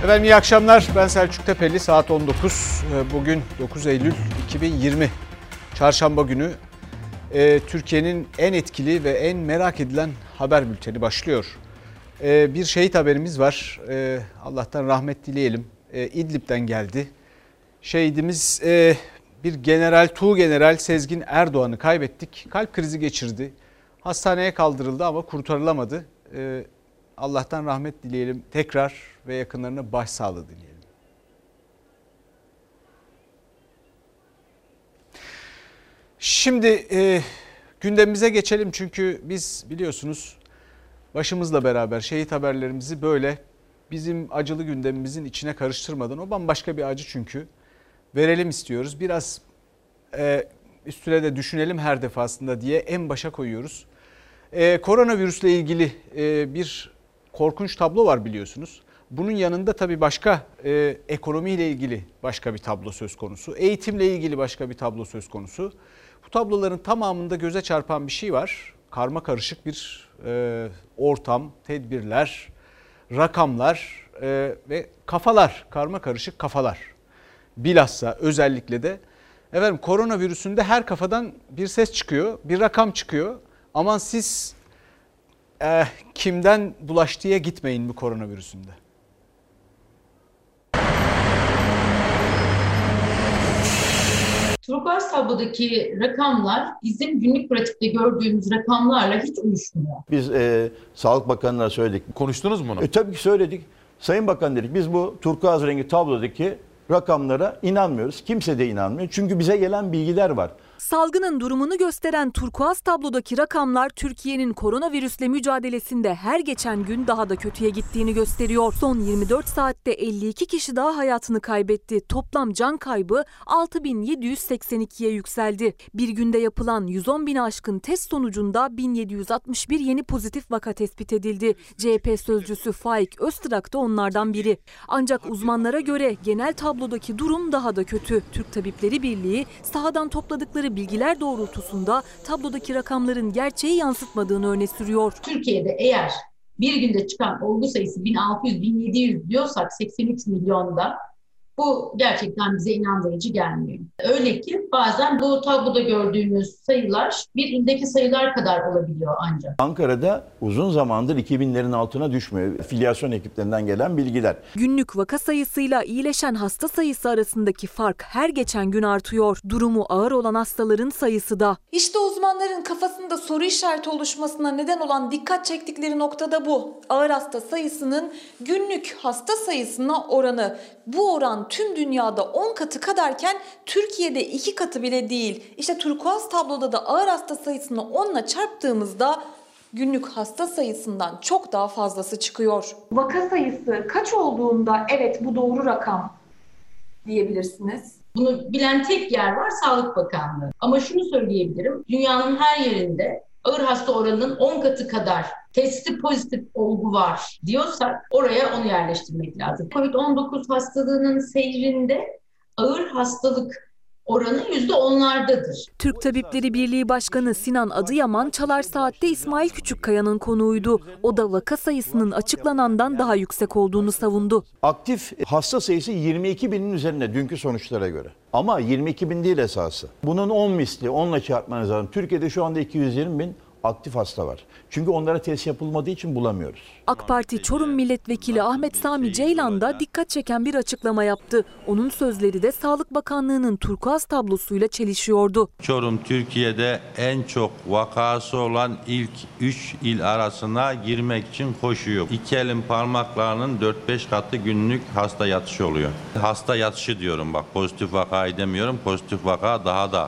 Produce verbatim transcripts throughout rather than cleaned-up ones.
Efendim iyi akşamlar. Ben Selçuk Tepeli. Saat on dokuz. Bugün dokuz Eylül iki bin yirmi. Çarşamba günü. Türkiye'nin en etkili ve en merak edilen haber bülteni başlıyor. Bir şehit haberimiz var. Allah'tan rahmet dileyelim. İdlib'den geldi. Şehidimiz bir general, Tuğgeneral Sezgin Erdoğan'ı kaybettik. Kalp krizi geçirdi. Hastaneye kaldırıldı ama kurtarılamadı. Allah'tan rahmet dileyelim tekrar ve yakınlarına başsağlığı dileyelim. Şimdi e, gündemimize geçelim çünkü biz biliyorsunuz başımızla beraber şehit haberlerimizi böyle bizim acılı gündemimizin içine karıştırmadan, o bambaşka bir acı çünkü, verelim istiyoruz. Biraz e, üstüne de düşünelim her defasında diye en başa koyuyoruz. E, koronavirüsle ilgili e, bir korkunç tablo var biliyorsunuz. Bunun yanında tabii başka e, ekonomiyle ilgili başka bir tablo söz konusu. Eğitimle ilgili başka bir tablo söz konusu. Bu tabloların tamamında göze çarpan bir şey var. Karma karışık bir e, ortam, tedbirler, rakamlar e, ve kafalar, karma karışık kafalar. Bilhassa özellikle de efendim koronavirüsünde her kafadan bir ses çıkıyor, bir rakam çıkıyor. Aman siz e, kimden bulaştıya gitmeyin bu koronavirüsünde. Turkuaz tablodaki rakamlar bizim günlük pratikte gördüğümüz rakamlarla hiç uyuşmuyor. Biz e, Sağlık Bakanı'na söyledik. Konuştunuz mu bunu? E, tabii ki söyledik. Sayın Bakan dedik, biz bu turkuaz rengi tablodaki rakamlara inanmıyoruz. Kimse de inanmıyor. Çünkü bize gelen bilgiler var. Salgının durumunu gösteren turkuaz tablodaki rakamlar Türkiye'nin koronavirüsle mücadelesinde her geçen gün daha da kötüye gittiğini gösteriyor. Son yirmi dört saatte elli iki kişi daha hayatını kaybetti. Toplam can kaybı altı bin yedi yüz seksen ikiye yükseldi. Bir günde yapılan yüz on bini aşkın test sonucunda bin yedi yüz altmış bir yeni pozitif vaka tespit edildi. C H P sözcüsü Faik Öztrak da onlardan biri. Ancak uzmanlara göre genel tablodaki durum daha da kötü. Türk Tabipleri Birliği sahadan topladıkları bilgiler doğrultusunda tablodaki rakamların gerçeği yansıtmadığını öne sürüyor. Türkiye'de eğer bir günde çıkan olgu sayısı bin altı yüz bin yedi yüz diyorsak seksen üç milyonda, bu gerçekten bize inandırıcı gelmiyor. Öyle ki bazen bu tabloda gördüğümüz sayılar bir ildeki sayılar kadar olabiliyor ancak. Ankara'da uzun zamandır iki binlerin altına düşmüyor. Filyasyon ekiplerinden gelen bilgiler. Günlük vaka sayısıyla iyileşen hasta sayısı arasındaki fark her geçen gün artıyor. Durumu ağır olan hastaların sayısı da. İşte uzmanların kafasında soru işareti oluşmasına neden olan dikkat çektikleri noktada bu. Ağır hasta sayısının günlük hasta sayısına oranı. Bu oran tüm dünyada on katı kadarken Türkiye'de iki katı bile değil. İşte turkuaz tabloda da ağır hasta sayısını onla çarptığımızda günlük hasta sayısından çok daha fazlası çıkıyor. Vaka sayısı kaç olduğunda evet bu doğru rakam diyebilirsiniz? Bunu bilen tek yer var, Sağlık Bakanlığı. Ama şunu söyleyebilirim, dünyanın her yerinde ağır hasta oranının on katı kadar testi pozitif olgu var diyorsak oraya onu yerleştirmek lazım. kovid on dokuz hastalığının seyrinde ağır hastalık oranı yüzde onlardadır. Türk Tabipleri Birliği Başkanı Sinan Adıyaman Çalar Saat'te İsmail Küçükkaya'nın konuğuydu. O da vaka sayısının açıklanandan daha yüksek olduğunu savundu. Aktif hasta sayısı yirmi iki binin üzerinde dünkü sonuçlara göre. Ama yirmi iki bin değil esası. Bunun on misli, onla çarpmanız lazım. Türkiye'de şu anda iki yüz yirmi bin aktif hasta var. Çünkü onlara test yapılmadığı için bulamıyoruz. AK Parti Çorum Milletvekili Ahmet Sami Ceylan da dikkat çeken bir açıklama yaptı. Onun sözleri de Sağlık Bakanlığı'nın turkuaz tablosuyla çelişiyordu. Çorum Türkiye'de en çok vakası olan ilk üç il arasına girmek için koşuyor. İki elin parmaklarının dört beş katı günlük hasta yatışı oluyor. Hasta yatışı diyorum, bak, pozitif vakayı demiyorum. Pozitif vaka daha da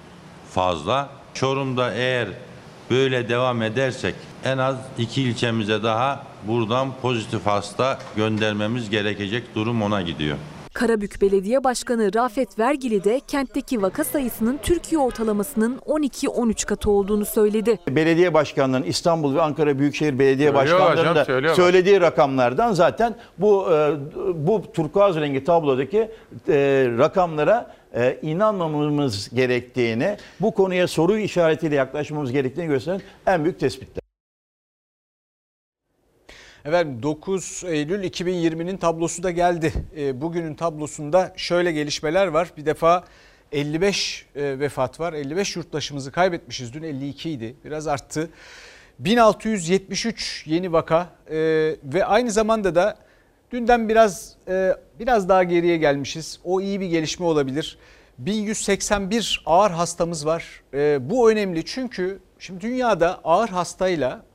fazla. Çorum'da eğer böyle devam edersek en az iki ilçemize daha buradan pozitif hasta göndermemiz gerekecek, durum ona gidiyor. Karabük Belediye Başkanı Rafet Vergili de kentteki vaka sayısının Türkiye ortalamasının on iki on üç katı olduğunu söyledi. Belediye başkanlarının, İstanbul ve Ankara Büyükşehir Belediye Başkanları'nın da söylediği rakamlardan zaten bu bu turkuaz rengi tablodaki e, rakamlara e, inanmamamız gerektiğini, bu konuya soru işaretiyle yaklaşmamız gerektiğini gösteren en büyük tespitler. Efendim dokuz Eylül iki bin yirminin tablosu da geldi. Bugünün tablosunda şöyle gelişmeler var. Bir defa elli beş vefat var. elli beş yurttaşımızı kaybetmişiz. Dün elli iki idi. Biraz arttı. bin altı yüz yetmiş üç yeni vaka ve aynı zamanda da dünden biraz biraz daha geriye gelmişiz. O iyi bir gelişme olabilir. bin yüz seksen bir ağır hastamız var. Bu önemli çünkü şimdi dünyada ağır hastayla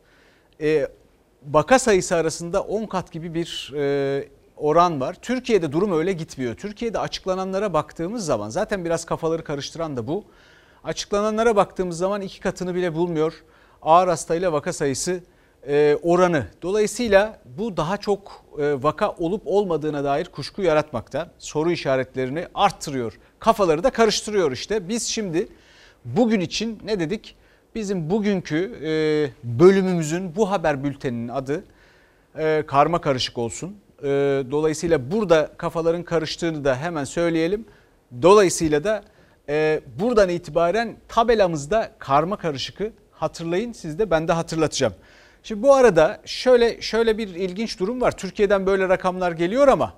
vaka sayısı arasında on kat gibi bir oran var. Türkiye'de durum öyle gitmiyor. Türkiye'de açıklananlara baktığımız zaman zaten biraz kafaları karıştıran da bu. Açıklananlara baktığımız zaman iki katını bile bulmuyor ağır hastayla vaka sayısı oranı. Dolayısıyla bu daha çok vaka olup olmadığına dair kuşku yaratmakta. Soru işaretlerini arttırıyor. Kafaları da karıştırıyor işte. Biz şimdi bugün için ne dedik? Bizim bugünkü bölümümüzün bu haber bülteninin adı karma karışık olsun. Dolayısıyla burada kafaların karıştığını da hemen söyleyelim. Dolayısıyla da buradan itibaren tabelamızda karma karışıkı hatırlayın, siz de ben de hatırlatacağım. Şimdi bu arada şöyle şöyle bir ilginç durum var. Türkiye'den böyle rakamlar geliyor ama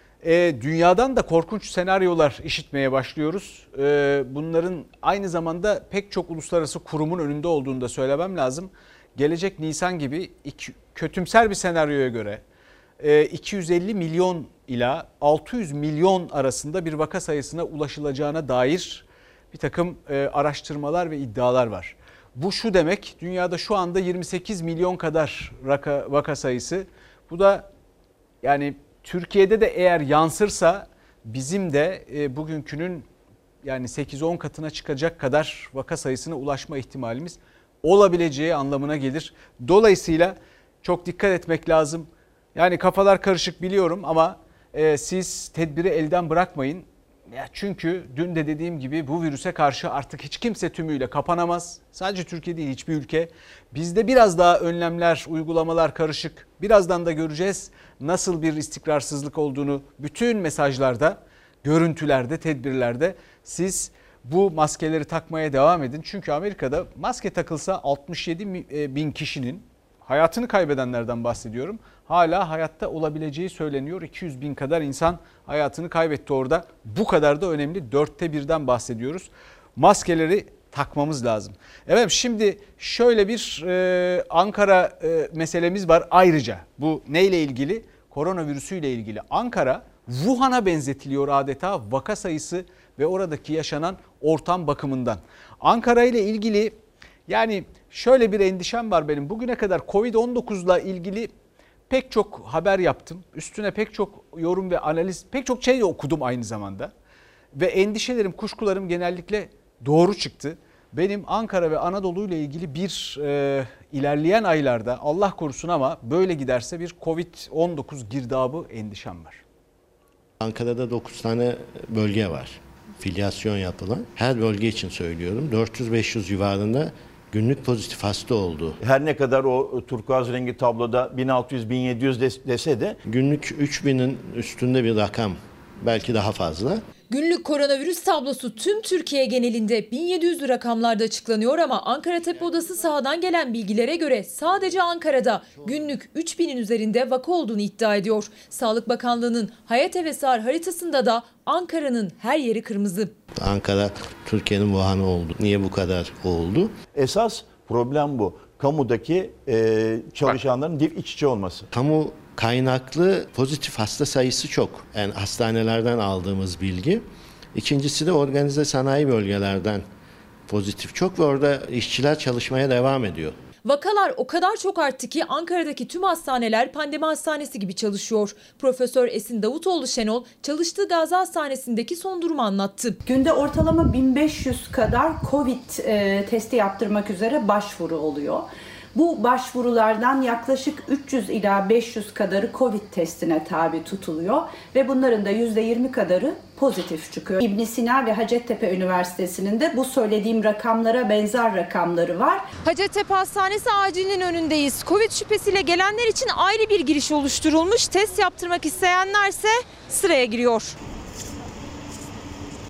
e, dünyadan da korkunç senaryolar işitmeye başlıyoruz. E, bunların aynı zamanda pek çok uluslararası kurumun önünde olduğunu da söylemem lazım. Gelecek Nisan gibi iki, kötümser bir senaryoya göre e, iki yüz elli milyon ila altı yüz milyon arasında bir vaka sayısına ulaşılacağına dair bir takım e, araştırmalar ve iddialar var. Bu şu demek, dünyada şu anda yirmi sekiz milyon kadar vaka, vaka sayısı. Bu da yani Türkiye'de de eğer yansırsa bizim de e, bugünkünün yani sekiz on katına çıkacak kadar vaka sayısına ulaşma ihtimalimiz olabileceği anlamına gelir. Dolayısıyla çok dikkat etmek lazım. Yani kafalar karışık biliyorum ama e, siz tedbiri elden bırakmayın. Ya çünkü dün de dediğim gibi bu virüse karşı artık hiç kimse tümüyle kapanamaz. Sadece Türkiye değil, hiçbir ülke. Bizde biraz daha önlemler, uygulamalar karışık. Birazdan da göreceğiz nasıl bir istikrarsızlık olduğunu bütün mesajlarda, görüntülerde, tedbirlerde. Siz bu maskeleri takmaya devam edin. Çünkü Amerika'da maske takılsa altmış yedi bin kişinin, hayatını kaybedenlerden bahsediyorum, hala hayatta olabileceği söyleniyor. iki yüz bin kadar insan hayatını kaybetti orada. Bu kadar da önemli. Dörtte birden bahsediyoruz. Maskeleri takmamız lazım. Evet, şimdi şöyle bir e, Ankara e, meselemiz var ayrıca. Bu neyle ilgili? Koronavirüsüyle ilgili. Ankara Wuhan'a benzetiliyor adeta vaka sayısı ve oradaki yaşanan ortam bakımından. Ankara ile ilgili yani şöyle bir endişem var benim. Bugüne kadar kovid on dokuzla ilgili pek çok haber yaptım. Üstüne pek çok yorum ve analiz, pek çok şey okudum aynı zamanda. Ve endişelerim, kuşkularım genellikle doğru çıktı. Benim Ankara ve Anadolu ile ilgili bir e, ilerleyen aylarda Allah korusun ama böyle giderse bir kovid on dokuz girdabı endişem var. Ankara'da dokuz tane bölge var. Filyasyon yapılan. Her bölge için söylüyorum. dört yüz beş yüz civarında günlük pozitif hasta oldu. Her ne kadar o turkuaz rengi tabloda bin altı yüz bin yedi yüz dese de günlük üç binin üstünde bir rakam, belki daha fazla. Günlük koronavirüs tablosu tüm Türkiye genelinde bin yedi yüzlü rakamlarda açıklanıyor ama Ankara Tabip Odası sahadan gelen bilgilere göre sadece Ankara'da günlük üç binin üzerinde vaka olduğunu iddia ediyor. Sağlık Bakanlığı'nın hayat ve sağır haritasında da Ankara'nın her yeri kırmızı. Ankara Türkiye'nin Wuhan'ı oldu. Niye bu kadar oldu? Esas problem bu. Kamudaki e, çalışanların Bak. iç içe olması. Kamu kaynaklı pozitif hasta sayısı çok. Yani hastanelerden aldığımız bilgi. İkincisi de organize sanayi bölgelerden pozitif çok ve orada işçiler çalışmaya devam ediyor. Vakalar o kadar çok arttı ki Ankara'daki tüm hastaneler pandemi hastanesi gibi çalışıyor. Profesör Esin Davutoğlu Şenol çalıştığı Gazi Hastanesi'ndeki son durumu anlattı. Günde ortalama bin beş yüz kadar Covid e, testi yaptırmak üzere başvuru oluyor. Bu başvurulardan yaklaşık üç yüz ila beş yüz kadarı Covid testine tabi tutuluyor ve bunların da yüzde yirmi kadarı pozitif çıkıyor. İbn Sina ve Hacettepe Üniversitesi'nin de bu söylediğim rakamlara benzer rakamları var. Hacettepe Hastanesi acilinin önündeyiz. Covid şüphesiyle gelenler için ayrı bir giriş oluşturulmuş. Test yaptırmak isteyenlerse sıraya giriyor.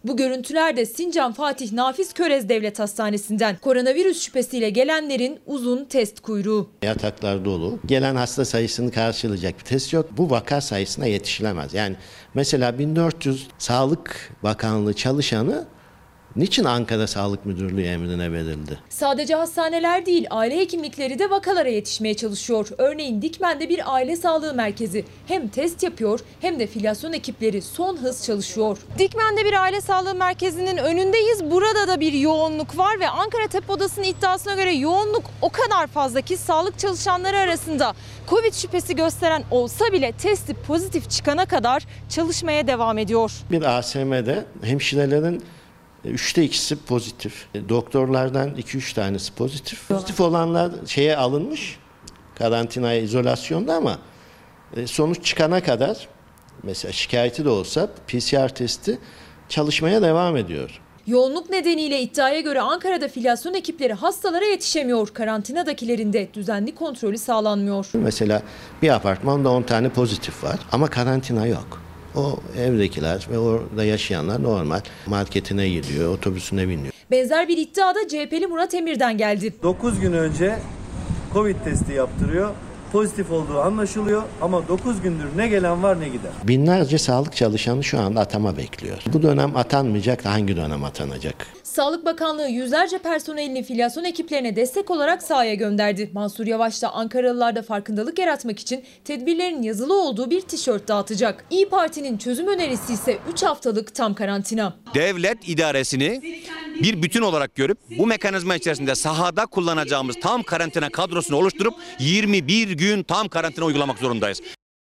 Bu görüntüler de Sincan Fatih Nafiz Körez Devlet Hastanesi'nden. Koronavirüs şüphesiyle gelenlerin uzun test kuyruğu. Yataklar dolu. Gelen hasta sayısını karşılayacak bir test yok. Bu vaka sayısına yetişilemez. Yani mesela bin dört yüz Sağlık Bakanlığı çalışanı niçin Ankara Sağlık Müdürlüğü emrine verildi? Sadece hastaneler değil, aile hekimlikleri de vakalara yetişmeye çalışıyor. Örneğin Dikmen'de bir aile sağlığı merkezi hem test yapıyor hem de filyasyon ekipleri son hız çalışıyor. Dikmen'de bir aile sağlığı merkezinin önündeyiz. Burada da bir yoğunluk var ve Ankara Tıp Odası'nın iddiasına göre yoğunluk o kadar fazla ki sağlık çalışanları arasında Covid şüphesi gösteren olsa bile testi pozitif çıkana kadar çalışmaya devam ediyor. Bir A S M'de hemşirelerin Üçte ikisi pozitif. Doktorlardan iki üç tanesi pozitif. Pozitif olanlar şeye alınmış, karantinaya, izolasyonda ama sonuç çıkana kadar mesela şikayeti de olsa P C R testi çalışmaya devam ediyor. Yoğunluk nedeniyle iddiaya göre Ankara'da filyasyon ekipleri hastalara yetişemiyor. Karantinadakilerin de düzenli kontrolü sağlanmıyor. Mesela bir apartmanda on tane pozitif var ama karantina yok. O evdekiler ve orada yaşayanlar normal marketine gidiyor, otobüsüne biniyor. Benzer bir iddia da C H P'li Murat Emir'den geldi. dokuz gün önce Covid testi yaptırıyor. Pozitif olduğu anlaşılıyor ama dokuz gündür ne gelen var ne gider. Binlerce sağlık çalışanı şu anda atama bekliyor. Bu dönem atanmayacak, hangi dönem atanacak? Sağlık Bakanlığı yüzlerce personelini filyasyon ekiplerine destek olarak sahaya gönderdi. Mansur Yavaş da Ankaralılarda farkındalık yaratmak için tedbirlerin yazılı olduğu bir tişört dağıtacak. İYİ Parti'nin çözüm önerisi ise üç haftalık tam karantina. Devlet idaresini bir bütün olarak görüp bu mekanizma içerisinde sahada kullanacağımız tam karantina kadrosunu oluşturup yirmi bir gün tam karantina uygulamak zorundayız.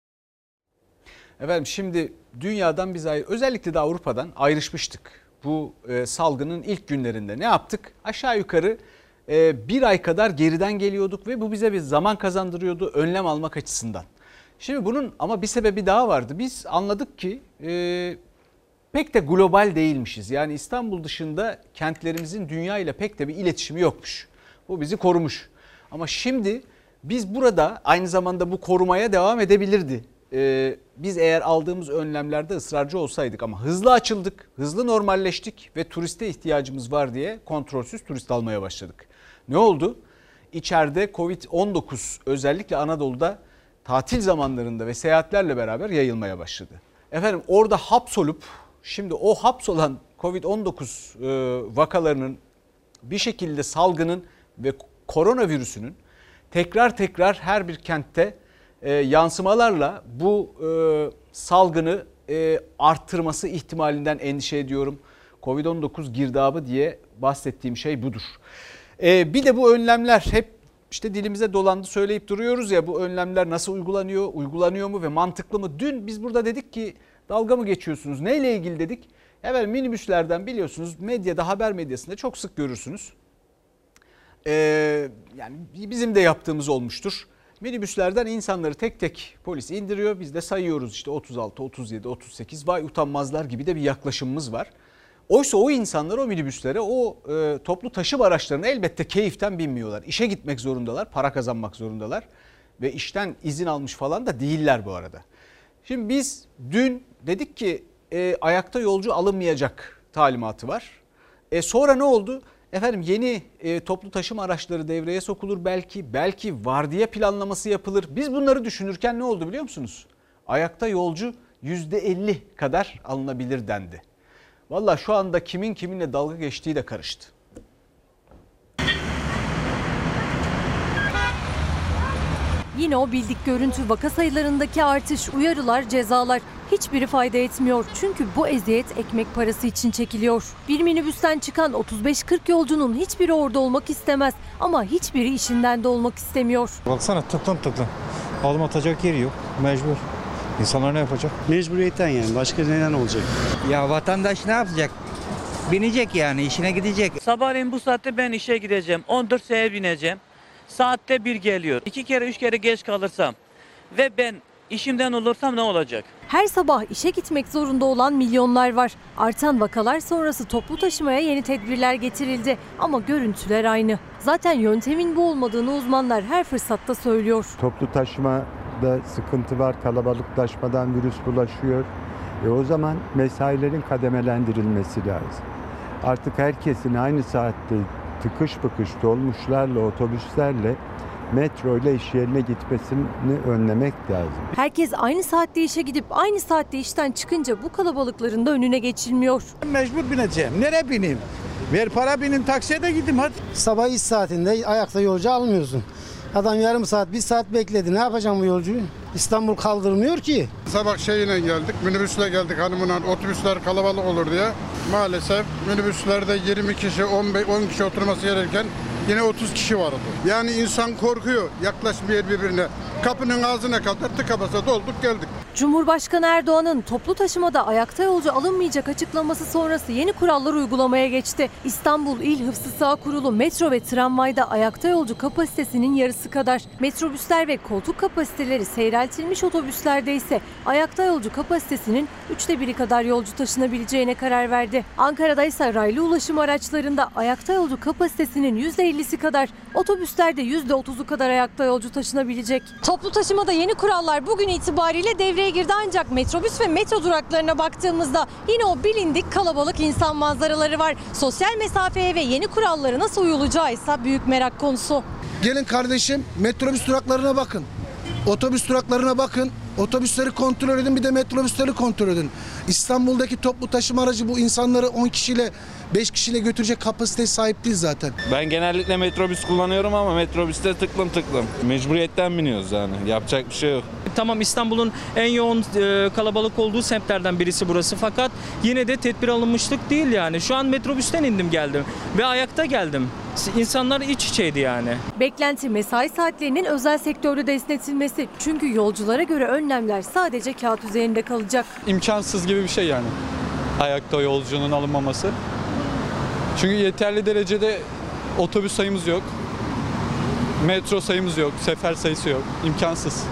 Efendim şimdi dünyadan biz ayrı, özellikle de Avrupa'dan ayrışmıştık. Bu e, salgının ilk günlerinde ne yaptık? Aşağı yukarı e, bir ay kadar geriden geliyorduk ve bu bize bir zaman kazandırıyordu önlem almak açısından. Şimdi bunun ama bir sebebi daha vardı. Biz anladık ki e, pek de global değilmişiz. Yani İstanbul dışında kentlerimizin dünya ile pek de bir iletişimi yokmuş. Bu bizi korumuş. Ama şimdi biz burada aynı zamanda bu korumaya devam edebilirdi. Ee, biz eğer aldığımız önlemlerde ısrarcı olsaydık ama hızlı açıldık, hızlı normalleştik ve turiste ihtiyacımız var diye kontrolsüz turist almaya başladık. Ne oldu? İçeride Covid on dokuz özellikle Anadolu'da tatil zamanlarında ve seyahatlerle beraber yayılmaya başladı. Efendim orada hapsolup şimdi o hapsolan Covid on dokuz e, vakalarının bir şekilde salgının ve koronavirüsünün tekrar tekrar her bir kentte e, yansımalarla bu e, salgını e, arttırması ihtimalinden endişe ediyorum. Covid on dokuz girdabı diye bahsettiğim şey budur. E, bir de bu önlemler hep işte dilimize dolandı söyleyip duruyoruz ya, bu önlemler nasıl uygulanıyor, uygulanıyor mu ve mantıklı mı? Dün biz burada dedik ki dalga mı geçiyorsunuz? Neyle ilgili dedik? Evet, minibüslerden biliyorsunuz medyada, haber medyasında çok sık görürsünüz. Ee, yani bizim de yaptığımız olmuştur. Minibüslerden insanları tek tek polis indiriyor. Biz de sayıyoruz işte otuz altı, otuz yedi, otuz sekiz, vay utanmazlar gibi de bir yaklaşımımız var. Oysa o insanlar o minibüslere, o e, toplu taşıma araçlarına elbette keyiften binmiyorlar. İşe gitmek zorundalar, para kazanmak zorundalar ve işten izin almış falan da değiller bu arada. Şimdi biz dün dedik ki e, ayakta yolcu alınmayacak talimatı var. E, sonra ne oldu? Efendim yeni e, toplu taşıma araçları devreye sokulur belki, belki vardiya planlaması yapılır. Biz bunları düşünürken ne oldu biliyor musunuz? Ayakta yolcu yüzde elli kadar alınabilir dendi. Vallahi şu anda kimin kiminle dalga geçtiği de karıştı. Yine o bildik görüntü, vaka sayılarındaki artış, uyarılar, cezalar. Hiçbiri fayda etmiyor. Çünkü bu eziyet ekmek parası için çekiliyor. Bir minibüsten çıkan otuz beş kırk yolcunun hiçbiri orada olmak istemez. Ama hiçbiri işinden de olmak istemiyor. Baksana tıklım tıklım. Adım atacak yeri yok. Mecbur. İnsanlar ne yapacak? Mecburiyetten yani. Başka neden olacak? Ya vatandaş ne yapacak? Binecek yani, işine gidecek. Sabahleyin bu saatte ben işe gideceğim. on dört seye bineceğim. Saatte bir geliyor. İki kere üç kere geç kalırsam ve ben işimden olursam ne olacak? Her sabah işe gitmek zorunda olan milyonlar var. Artan vakalar sonrası toplu taşımaya yeni tedbirler getirildi. Ama görüntüler aynı. Zaten yöntemin bu olmadığını uzmanlar her fırsatta söylüyor. Toplu taşımada sıkıntı var. Kalabalıklaşmadan virüs bulaşıyor. E o zaman mesailerin kademelendirilmesi lazım. Artık herkesin aynı saatte tıkış bıkış dolmuşlarla, otobüslerle metro ile iş yerine gitmesini önlemek lazım. Herkes aynı saatte işe gidip aynı saatte işten çıkınca bu kalabalıkların da önüne geçilmiyor. Mecbur bineceğim. Nereye bineyim? Ver para binin taksiye de gideyim hadi. Sabah iş saatinde ayakta yolcu almıyorsun. Adam yarım saat, bir saat bekledi. Ne yapacağım bu yolcuyu? İstanbul kaldırmıyor ki. Sabah şeyine geldik, minibüsle geldik hanımına, otobüsler kalabalık olur diye. Maalesef minibüslerde yirmi kişi, on beş, on kişi oturması gerekirken yine otuz kişi vardı. Yani insan korkuyor, yaklaşmıyor birbirine. Kapının ağzına kadar tıka basa dolduk geldik. Cumhurbaşkanı Erdoğan'ın toplu taşımada ayakta yolcu alınmayacak açıklaması sonrası yeni kurallar uygulamaya geçti. İstanbul İl Hıfzı Sağ Kurulu metro ve tramvayda ayakta yolcu kapasitesinin yarısı kadar. Metrobüsler ve koltuk kapasiteleri seyreltilmiş otobüslerde ise ayakta yolcu kapasitesinin üçte biri kadar yolcu taşınabileceğine karar verdi. Ankara'da ise raylı ulaşım araçlarında ayakta yolcu kapasitesinin yüzde ellisi kadar, otobüslerde yüzde otuzu kadar ayakta yolcu taşınabilecek. Toplu taşımada yeni kurallar bugün itibariyle devreye girdi ancak metrobüs ve metro duraklarına baktığımızda yine o bilindik kalabalık insan manzaraları var. Sosyal mesafeye ve yeni kurallara nasıl uyulacağı ise büyük merak konusu. Gelin kardeşim metrobüs duraklarına bakın. Otobüs duraklarına bakın. Otobüsleri kontrol edin, bir de metrobüsleri kontrol edin. İstanbul'daki toplu taşıma aracı bu insanları on kişiyle beş kişiyle götürecek kapasiteye sahip değil zaten. Ben genellikle metrobüs kullanıyorum ama metrobüste tıklım tıklım. Mecburiyetten biniyoruz yani. Yapacak bir şey yok. Tamam, İstanbul'un en yoğun e, kalabalık olduğu semtlerden birisi burası, fakat yine de tedbir alınmışlık değil yani. Şu an metrobüsten indim geldim ve ayakta geldim. İnsanlar iç içeydi yani. Beklenti mesai saatlerinin özel sektörde de esnetilmesi. Çünkü yolculara göre önlemler sadece kağıt üzerinde kalacak. İmkansız gibi bir şey yani. Ayakta yolcunun alınmaması. Çünkü yeterli derecede otobüs sayımız yok. Metro sayımız yok. Sefer sayısı yok. İmkansız.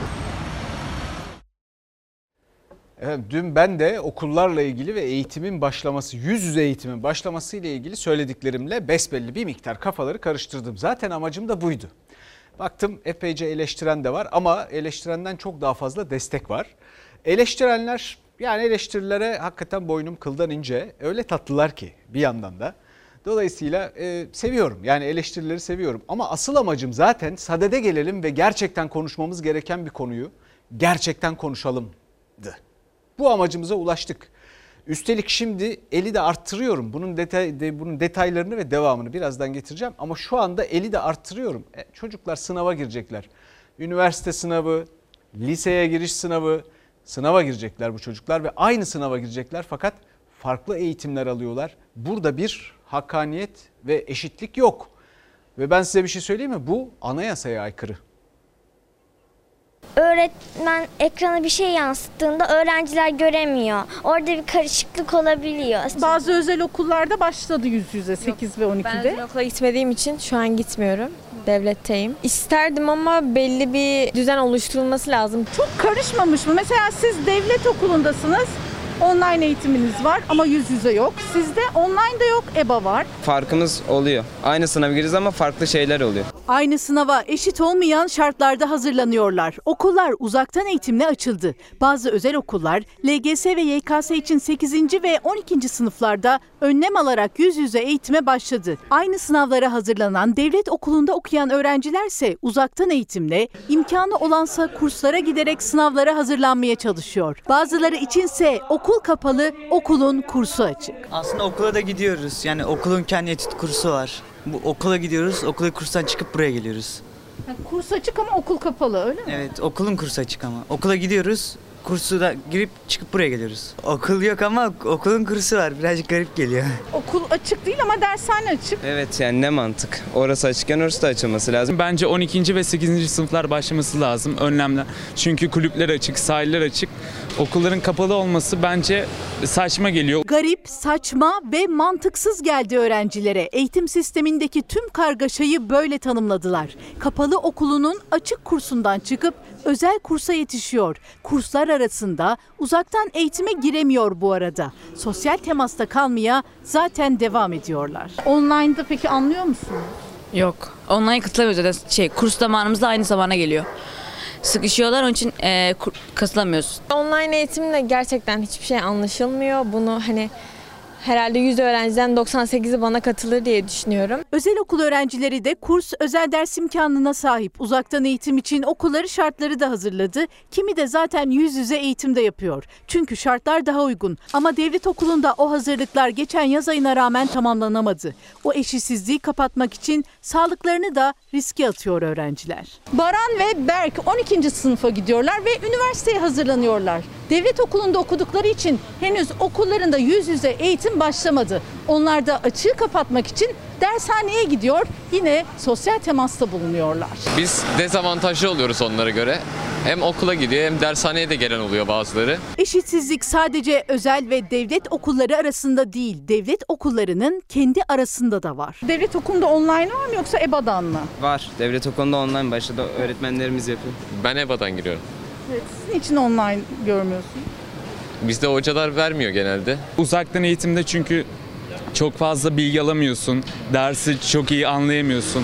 Evet, dün ben de okullarla ilgili ve eğitimin başlaması, yüz yüze eğitimin başlaması ile ilgili söylediklerimle besbelli bir miktar kafaları karıştırdım. Zaten amacım da buydu. Baktım epeyce eleştiren de var ama eleştirenden çok daha fazla destek var. Eleştirenler, yani eleştirilere hakikaten boynum kıldan ince, öyle tatlılar ki bir yandan da. Dolayısıyla e, seviyorum, yani eleştirileri seviyorum ama asıl amacım zaten sadede gelelim ve gerçekten konuşmamız gereken bir konuyu gerçekten konuşalımdı. Bu amacımıza ulaştık. Üstelik şimdi eli de arttırıyorum. Bunun detay, de, bunun detaylarını ve devamını birazdan getireceğim. Ama şu anda eli de arttırıyorum. E, çocuklar sınava girecekler. Üniversite sınavı, liseye giriş sınavı, sınava girecekler bu çocuklar ve aynı sınava girecekler fakat farklı eğitimler alıyorlar. Burada bir hakkaniyet ve eşitlik yok. Ve ben size bir şey söyleyeyim mi? Bu anayasaya aykırı. Öğretmen ekrana bir şey yansıttığında öğrenciler göremiyor. Orada bir karışıklık olabiliyor. Bazı özel okullarda başladı yüz yüze sekiz ve on ikide. Ben özel okula gitmediğim için şu an gitmiyorum. Devletteyim. İsterdim ama belli bir düzen oluşturulması lazım. Çok karışmamış mı? Mesela siz devlet okulundasınız. Online eğitiminiz var ama yüz yüze yok. Sizde online de yok, E B A var. Farkımız oluyor. Aynı sınava giriyoruz ama farklı şeyler oluyor. Aynı sınava eşit olmayan şartlarda hazırlanıyorlar. Okullar uzaktan eğitimle açıldı. Bazı özel okullar L G S ve Y K S için sekizinci ve on ikinci sınıflarda önlem alarak yüz yüze eğitime başladı. Aynı sınavlara hazırlanan devlet okulunda okuyan öğrencilerse uzaktan eğitimle, imkanı olansa kurslara giderek sınavlara hazırlanmaya çalışıyor. Bazıları içinse okul kapalı, okulun kursu açık. Aslında okula da gidiyoruz. Yani okulun kendi etüt kursu var. Bu okula gidiyoruz, okula kurstan çıkıp buraya geliyoruz. Yani kurs açık ama okul kapalı, öyle mi? Evet, okulun kursu açık ama. Okula gidiyoruz, kursu da girip çıkıp buraya geliyoruz. Okul yok ama okulun kursu var. Birazcık garip geliyor. Okul açık değil ama dershane açık. Evet, yani ne mantık? Orası açıkken orası da açılması lazım. Bence on ikinci ve sekizinci sınıflar başlaması lazım, önlemler. Çünkü kulüpler açık, sahiller açık. Okulların kapalı olması bence saçma geliyor. Garip, saçma ve mantıksız geldi öğrencilere. Eğitim sistemindeki tüm kargaşayı böyle tanımladılar. Kapalı okulunun açık kursundan çıkıp özel kursa yetişiyor. Kurslar arasında uzaktan eğitime giremiyor bu arada. Sosyal temasta kalmaya zaten devam ediyorlar. Online'da peki anlıyor musunuz? Yok. Online katılamıyoruz zaten. Şey, kurs zamanımız da aynı zamana geliyor. sıkışıyorlar. Onun için e, katılamıyoruz. Online eğitimle gerçekten hiçbir şey anlaşılmıyor. Bunu hani herhalde yüz öğrenciden doksan sekizi bana katılır diye düşünüyorum. Özel okul öğrencileri de kurs, özel ders imkanına sahip. Uzaktan eğitim için okulları şartları da hazırladı. Kimi de zaten yüz yüze eğitimde yapıyor. Çünkü şartlar daha uygun. Ama devlet okulunda o hazırlıklar geçen yaz ayına rağmen tamamlanamadı. O eşitsizliği kapatmak için sağlıklarını da riske atıyor öğrenciler. Baran ve Berk on ikinci sınıfa gidiyorlar ve üniversiteye hazırlanıyorlar. Devlet okulunda okudukları için henüz okullarında yüz yüze eğitim başlamadı. Onlar da açığı kapatmak için dershaneye gidiyor, yine sosyal temasta bulunuyorlar. Biz dezavantajlı oluyoruz onlara göre. Hem okula gidiyor hem dershaneye de gelen oluyor bazıları. Eşitsizlik sadece özel ve devlet okulları arasında değil, devlet okullarının kendi arasında da var. Devlet okulunda online var mı yoksa E B A'dan mı? Var. Devlet okulunda online başladı. Öğretmenlerimiz yapıyor. Ben E B A'dan giriyorum. Evet, sizin için online görmüyorsun? Bizde hocalar vermiyor genelde. Uzaktan eğitimde çünkü çok fazla bilgi alamıyorsun. Dersi çok iyi anlayamıyorsun.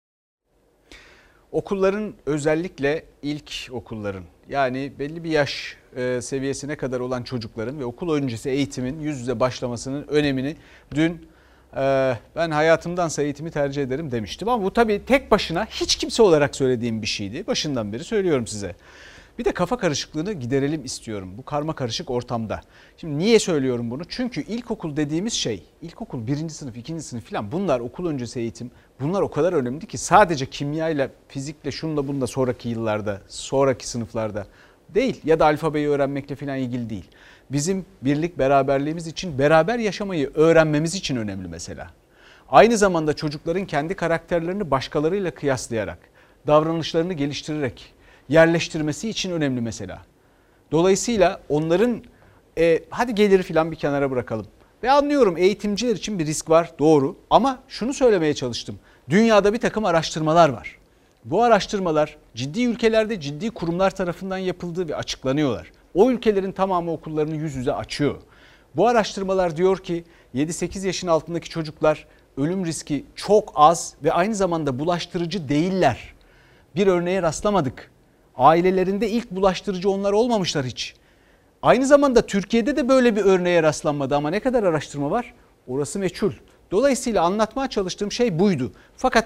Okulların, özellikle ilk okulların, yani belli bir yaş e, seviyesine kadar olan çocukların ve okul öncesi eğitimin yüz yüze başlamasının önemini dün e, ben hayatımdansa eğitimi tercih ederim demiştim. Ama bu tabii tek başına hiç kimse olarak söylediğim bir şeydi. Başından beri söylüyorum size. Bir de kafa karışıklığını giderelim istiyorum bu karma karışık ortamda. Şimdi niye söylüyorum bunu? Çünkü ilkokul dediğimiz şey, ilkokul birinci sınıf, ikinci sınıf falan, bunlar okul öncesi eğitim. Bunlar o kadar önemli ki sadece kimyayla, fizikle, şunla bununla sonraki yıllarda, sonraki sınıflarda değil ya da alfabeyi öğrenmekle falan ilgili değil. Bizim birlik beraberliğimiz için, beraber yaşamayı öğrenmemiz için önemli mesela. Aynı zamanda çocukların kendi karakterlerini başkalarıyla kıyaslayarak, davranışlarını geliştirerek yerleştirmesi için önemli mesela. Dolayısıyla onların e, hadi geliri falan bir kenara bırakalım. Ve anlıyorum eğitimciler için bir risk var, doğru, ama şunu söylemeye çalıştım. Dünyada bir takım araştırmalar var. Bu araştırmalar ciddi ülkelerde ciddi kurumlar tarafından yapıldığı ve açıklanıyorlar. O ülkelerin tamamı okullarını yüz yüze açıyor. Bu araştırmalar diyor ki yedi sekiz yaşın altındaki çocuklar ölüm riski çok az ve aynı zamanda bulaştırıcı değiller. Bir örneğe rastlamadık. Ailelerinde ilk bulaştırıcı onlar olmamışlar hiç. Aynı zamanda Türkiye'de de böyle bir örneğe rastlanmadı ama ne kadar araştırma var? Orası meçhul. Dolayısıyla anlatmaya çalıştığım şey buydu. Fakat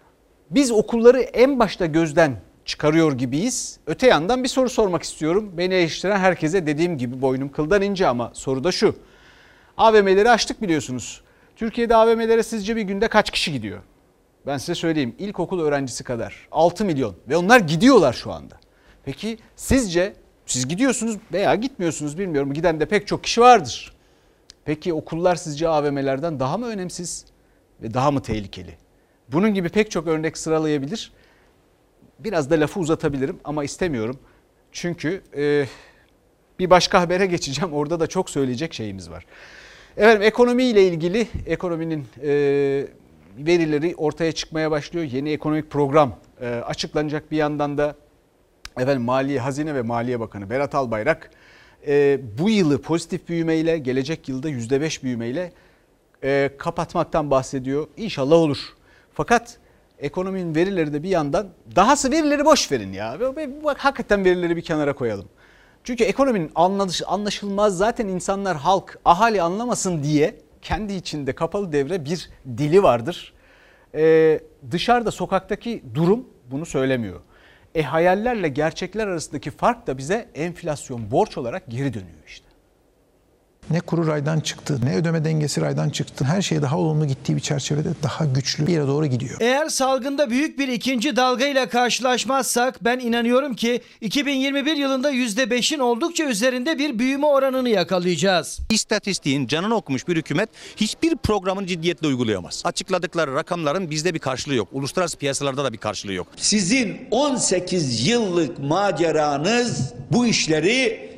biz okulları en başta gözden çıkarıyor gibiyiz. Öte yandan bir soru sormak istiyorum. Beni eleştiren herkese dediğim gibi boynum kıldan ince ama soru da şu. A V M'leri açtık biliyorsunuz. Türkiye'de A V M'lere sizce bir günde kaç kişi gidiyor? Ben size söyleyeyim, ilkokul öğrencisi kadar altı milyon ve onlar gidiyorlar şu anda. Peki sizce siz gidiyorsunuz veya gitmiyorsunuz bilmiyorum, giden de pek çok kişi vardır. Peki okullar sizce A V M'lerden daha mı önemsiz ve daha mı tehlikeli? Bunun gibi pek çok örnek sıralayabilir. Biraz da lafı uzatabilirim ama istemiyorum. Çünkü e, bir başka habere geçeceğim, orada da çok söyleyecek şeyimiz var. Efendim ekonomiyle ilgili ekonominin e, verileri ortaya çıkmaya başlıyor. Yeni ekonomik program e, açıklanacak. Bir yandan da efendim Maliye, Hazine ve Maliye Bakanı Berat Albayrak e, bu yılı pozitif büyümeyle, gelecek yılda yüzde beş büyümeyle e, kapatmaktan bahsediyor. İnşallah olur. Fakat ekonominin verileri de bir yandan, dahası verileri boş verin ya. Bak hakikaten verileri bir kenara koyalım. Çünkü ekonominin anlaşılmaz, zaten insanlar, halk, ahali anlamasın diye kendi içinde kapalı devre bir dili vardır. Ee, dışarıda sokaktaki durum bunu söylemiyor. E hayallerle gerçekler arasındaki fark da bize enflasyon, borç olarak geri dönüyor işte. Ne kuru raydan çıktı, ne ödeme dengesi raydan çıktı. Her şey daha olumlu gittiği bir çerçevede daha güçlü bir yere doğru gidiyor. Eğer salgında büyük bir ikinci dalgayla karşılaşmazsak ben inanıyorum ki iki bin yirmi bir yılında yüzde beşin oldukça üzerinde bir büyüme oranını yakalayacağız. İstatistiğin canını okumuş bir hükümet hiçbir programın ciddiyetle uygulayamaz. Açıkladıkları rakamların bizde bir karşılığı yok. Uluslararası piyasalarda da bir karşılığı yok. Sizin on sekiz yıllık maceranız bu işleri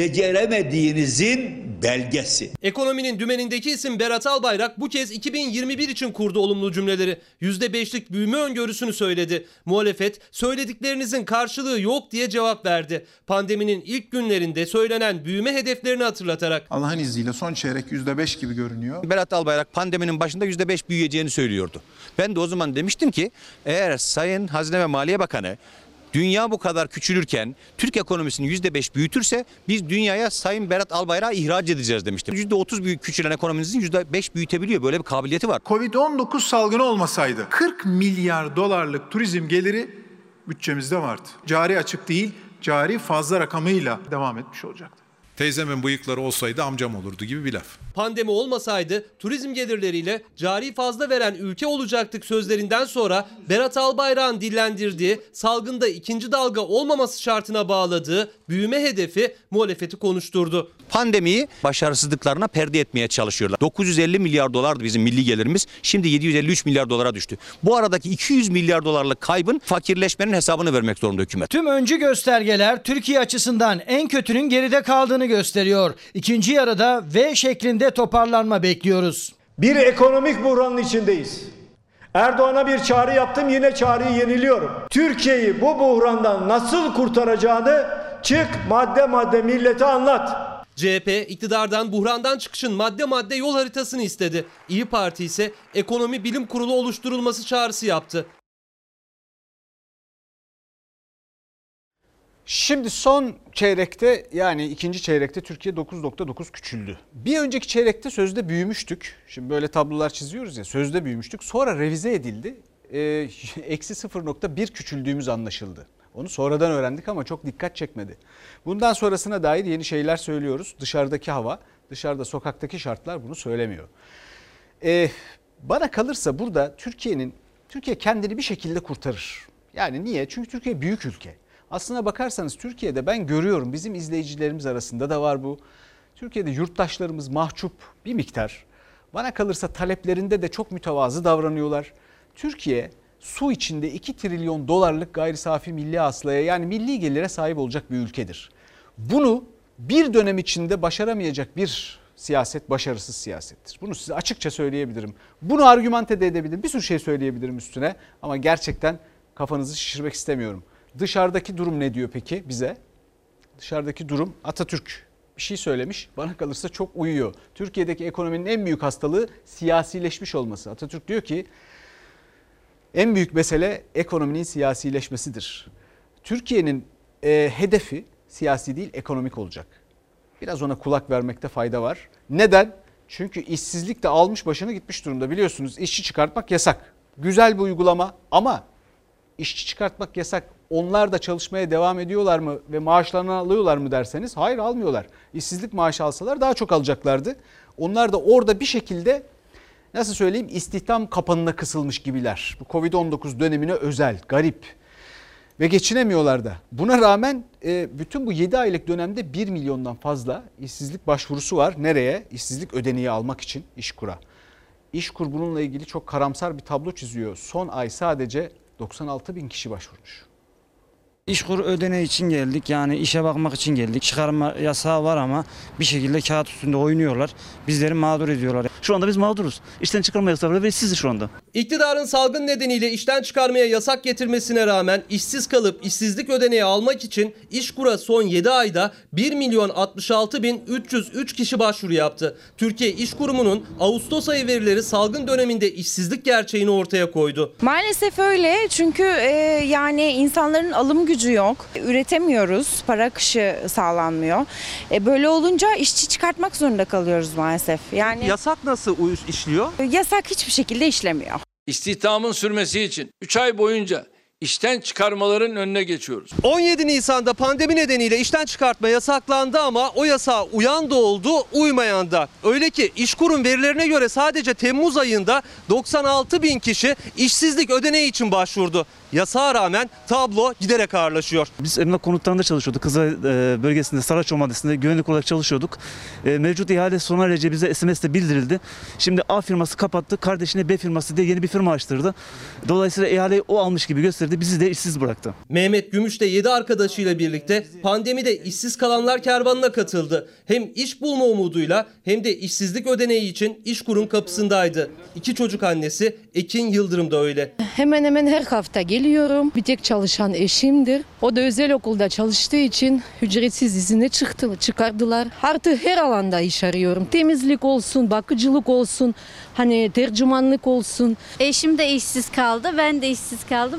beceremediğinizin belgesi. Ekonominin dümenindeki isim Berat Albayrak bu kez iki bin yirmi bir için kurdu olumlu cümleleri. yüzde beşlik büyüme öngörüsünü söyledi. Muhalefet söylediklerinizin karşılığı yok diye cevap verdi. Pandeminin ilk günlerinde söylenen büyüme hedeflerini hatırlatarak. Allah'ın izniyle son çeyrek yüzde beş gibi görünüyor. Berat Albayrak pandeminin başında yüzde beş büyüyeceğini söylüyordu. Ben de o zaman demiştim ki eğer Sayın Hazine ve Maliye Bakanı Dünya bu kadar küçülürken Türk ekonomisini yüzde beş büyütürse biz dünyaya Sayın Berat Albayrak'ı ihraç edeceğiz demiştim. yüzde otuz büyük küçülen ekonomimizin yüzde beş büyütebiliyor. Böyle bir kabiliyeti var. Covid on dokuz salgını olmasaydı kırk milyar dolarlık turizm geliri bütçemizde vardı. Cari açık değil, cari fazla rakamıyla devam etmiş olacaktı. Teyzemin bıyıkları olsaydı amcam olurdu gibi bir laf. Pandemi olmasaydı turizm gelirleriyle cari fazla veren ülke olacaktık sözlerinden sonra Berat Albayrak'ın dillendirdiği, salgında ikinci dalga olmaması şartına bağladığı büyüme hedefi muhalefeti konuşturdu. Pandemiyi başarısızlıklarına perde etmeye çalışıyorlar. dokuz yüz elli milyar dolardı bizim milli gelirimiz. Şimdi yedi yüz elli üç milyar dolara düştü. Bu aradaki iki yüz milyar dolarlık kaybın fakirleşmenin hesabını vermek zorunda hükümet. Tüm öncü göstergeler Türkiye açısından en kötünün geride kaldığını gösteriyor. İkinci yarıda V şeklinde toparlanma bekliyoruz. Bir ekonomik buhranın içindeyiz. Erdoğan'a bir çağrı yaptım, yine çağrıyı yeniliyorum. Türkiye'yi bu buhrandan nasıl kurtaracağını çık madde madde millete anlat. C H P iktidardan buhrandan çıkışın madde madde yol haritasını istedi. İYİ Parti ise ekonomi bilim kurulu oluşturulması çağrısı yaptı. Şimdi son çeyrekte, yani ikinci çeyrekte Türkiye dokuz nokta dokuz küçüldü. Bir önceki çeyrekte sözde büyümüştük. Şimdi böyle tablolar çiziyoruz ya, sözde büyümüştük. Sonra revize edildi. Ee, eksi sıfır nokta bir küçüldüğümüz anlaşıldı. Onu sonradan öğrendik ama çok dikkat çekmedi. Bundan sonrasına dair yeni şeyler söylüyoruz. Dışarıdaki hava, dışarıda sokaktaki şartlar bunu söylemiyor. Ee, bana kalırsa burada Türkiye'nin, Türkiye kendini bir şekilde kurtarır. Yani niye? Çünkü Türkiye büyük ülke. Aslına bakarsanız Türkiye'de ben görüyorum, bizim izleyicilerimiz arasında da var bu. Türkiye'de yurttaşlarımız mahcup bir miktar. Bana kalırsa taleplerinde de çok mütevazı davranıyorlar. Türkiye su içinde iki trilyon dolarlık gayri safi milli hasılaya, yani milli gelire sahip olacak bir ülkedir. Bunu bir dönem içinde başaramayacak bir siyaset başarısız siyasettir. Bunu size açıkça söyleyebilirim. Bunu argümante de edebilirim. Bir sürü şey söyleyebilirim üstüne ama gerçekten kafanızı şişirmek istemiyorum. Dışarıdaki durum ne diyor peki bize? Dışarıdaki durum, Atatürk bir şey söylemiş, bana kalırsa çok uyuyor. Türkiye'deki ekonominin en büyük hastalığı siyasileşmiş olması. Atatürk diyor ki en büyük mesele ekonominin siyasileşmesidir. Türkiye'nin e, hedefi siyasi değil ekonomik olacak. Biraz ona kulak vermekte fayda var. Neden? Çünkü işsizlik de almış başını gitmiş durumda, biliyorsunuz. İşçi çıkartmak yasak. Güzel bir uygulama ama işçi çıkartmak yasak. Onlar da çalışmaya devam ediyorlar mı ve maaşlarını alıyorlar mı derseniz hayır, almıyorlar. İşsizlik maaşı alsalar daha çok alacaklardı. Onlar da orada bir şekilde, nasıl söyleyeyim, istihdam kapanına kısılmış gibiler. Bu Covid on dokuz dönemine özel, garip ve geçinemiyorlar da. Buna rağmen bütün bu yedi aylık dönemde bir milyondan fazla işsizlik başvurusu var. Nereye? İşsizlik ödeneği almak için İşkur'a. İşkur bununla ilgili çok karamsar bir tablo çiziyor. Son ay sadece doksan altı bin kişi başvurmuş. İşkur ödeneği için geldik, yani işe bakmak için geldik. Çıkarma yasağı var ama bir şekilde kağıt üstünde oynuyorlar. Bizleri mağdur ediyorlar. Şu anda biz mağduruz. İşten çıkarma yasağı var ve işsiziz şu anda. İktidarın salgın nedeniyle işten çıkarmaya yasak getirmesine rağmen işsiz kalıp işsizlik ödeneği almak için İşkur'a son yedi ayda bir milyon altmış altı bin üç yüz üç kişi başvuru yaptı. Türkiye İş Kurumu'nun Ağustos ayı verileri salgın döneminde işsizlik gerçeğini ortaya koydu. Maalesef öyle, çünkü e, yani insanların alım gücü yok. Üretemiyoruz, para akışı sağlanmıyor. E, böyle olunca işçi çıkartmak zorunda kalıyoruz maalesef. Yani yasak nasıl işliyor? Yasak hiçbir şekilde işlemiyor. İstihdamın sürmesi için üç ay boyunca işten çıkarmaların önüne geçiyoruz. on yedi Nisan'da pandemi nedeniyle işten çıkartma yasaklandı ama o yasağa uyan da oldu, uymayan da. Öyle ki İşkur'un verilerine göre sadece Temmuz ayında doksan altı bin kişi işsizlik ödeneği için başvurdu. Yasağa rağmen tablo giderek ağırlaşıyor. Biz emlak konutlarında çalışıyorduk. Kızılay bölgesinde, Saraçoğlu Mahallesi'nde güvenlik olarak çalışıyorduk. Mevcut ihale sona ereceği bize S M S'te bildirildi. Şimdi A firması kapattı, kardeşine B firması diye yeni bir firma açtırdı. Dolayısıyla ihaleyi o almış gibi gösterdi. Bizi de işsiz bıraktı. Mehmet Gümüş de yedi arkadaşıyla birlikte pandemide işsiz kalanlar kervanına katıldı. Hem iş bulma umuduyla hem de işsizlik ödeneği için İşkur'un kapısındaydı. İki çocuk annesi Ekin Yıldırım da öyle. Hemen hemen her hafta geliyorum. Bir tek çalışan eşimdir. O da özel okulda çalıştığı için ücretsiz izine çıktı, çıkardılar. Artık her alanda iş arıyorum. Temizlik olsun, bakıcılık olsun, hani tercümanlık olsun. Eşim de işsiz kaldı, ben de işsiz kaldım. Zor bir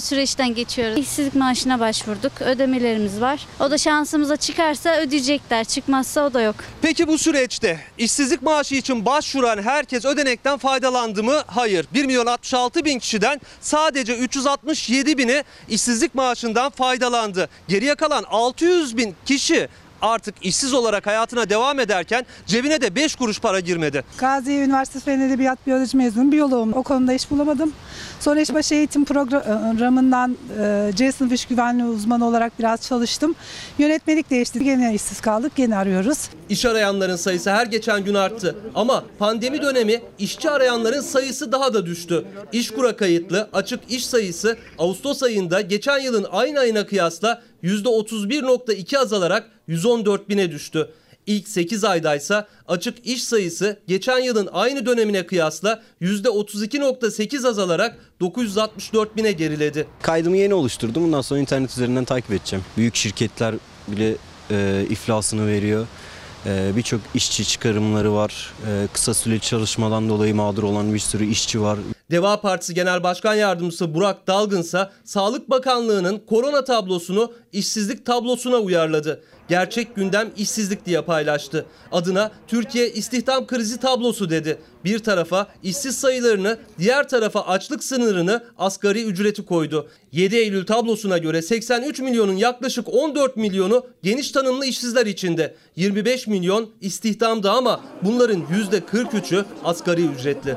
süreçten geçiyoruz. İşsizlik maaşına başvurduk. Ödemelerimiz var. O da şansımıza çıkarsa ödeyecekler. Çıkmazsa o da yok. Peki bu süreçte işsizlik maaşı için başvuran herkes ödenekten faydalandı mı? Hayır. bir milyon altmış altı bin kişiden sadece üç yüz altmış yedi bini işsizlik maaşından faydalandı. Geriye kalan altı yüz bin kişi artık işsiz olarak hayatına devam ederken cebine de beş kuruş para girmedi. Gaziye Üniversitesi Fen Edebiyat Biyoloji mezunu biyoloğum. O konuda iş bulamadım. Sonra işbaşı eğitim programından C sınıf iş güvenliği uzmanı olarak biraz çalıştım. Yönetmelik değişti. Gene işsiz kaldık. Gene arıyoruz. İş arayanların sayısı her geçen gün arttı. Ama pandemi dönemi işçi arayanların sayısı daha da düştü. İşkur'a kayıtlı açık iş sayısı Ağustos ayında geçen yılın aynı ayına kıyasla yüzde otuz bir nokta iki azalarak yüz on dört bine düştü. İlk sekiz aydaysa açık iş sayısı geçen yılın aynı dönemine kıyasla yüzde otuz iki nokta sekiz azalarak dokuz yüz altmış dört bine geriledi. Kaydımı yeni oluşturdum. Bundan sonra internet üzerinden takip edeceğim. Büyük şirketler bile e, iflasını veriyor. E, Birçok işçi çıkarımları var. E, kısa süreli çalışmadan dolayı mağdur olan bir sürü işçi var. Deva Partisi Genel Başkan Yardımcısı Burak Dalgınsa Sağlık Bakanlığı'nın korona tablosunu işsizlik tablosuna uyarladı. Gerçek gündem işsizlik diye paylaştı. Adına Türkiye istihdam krizi tablosu dedi. Bir tarafa işsiz sayılarını, diğer tarafa açlık sınırını, asgari ücreti koydu. yedi Eylül tablosuna göre seksen üç milyonun yaklaşık on dört milyonu geniş tanımlı işsizler içinde. yirmi beş milyon istihdamda ama bunların yüzde kırk üçü asgari ücretli.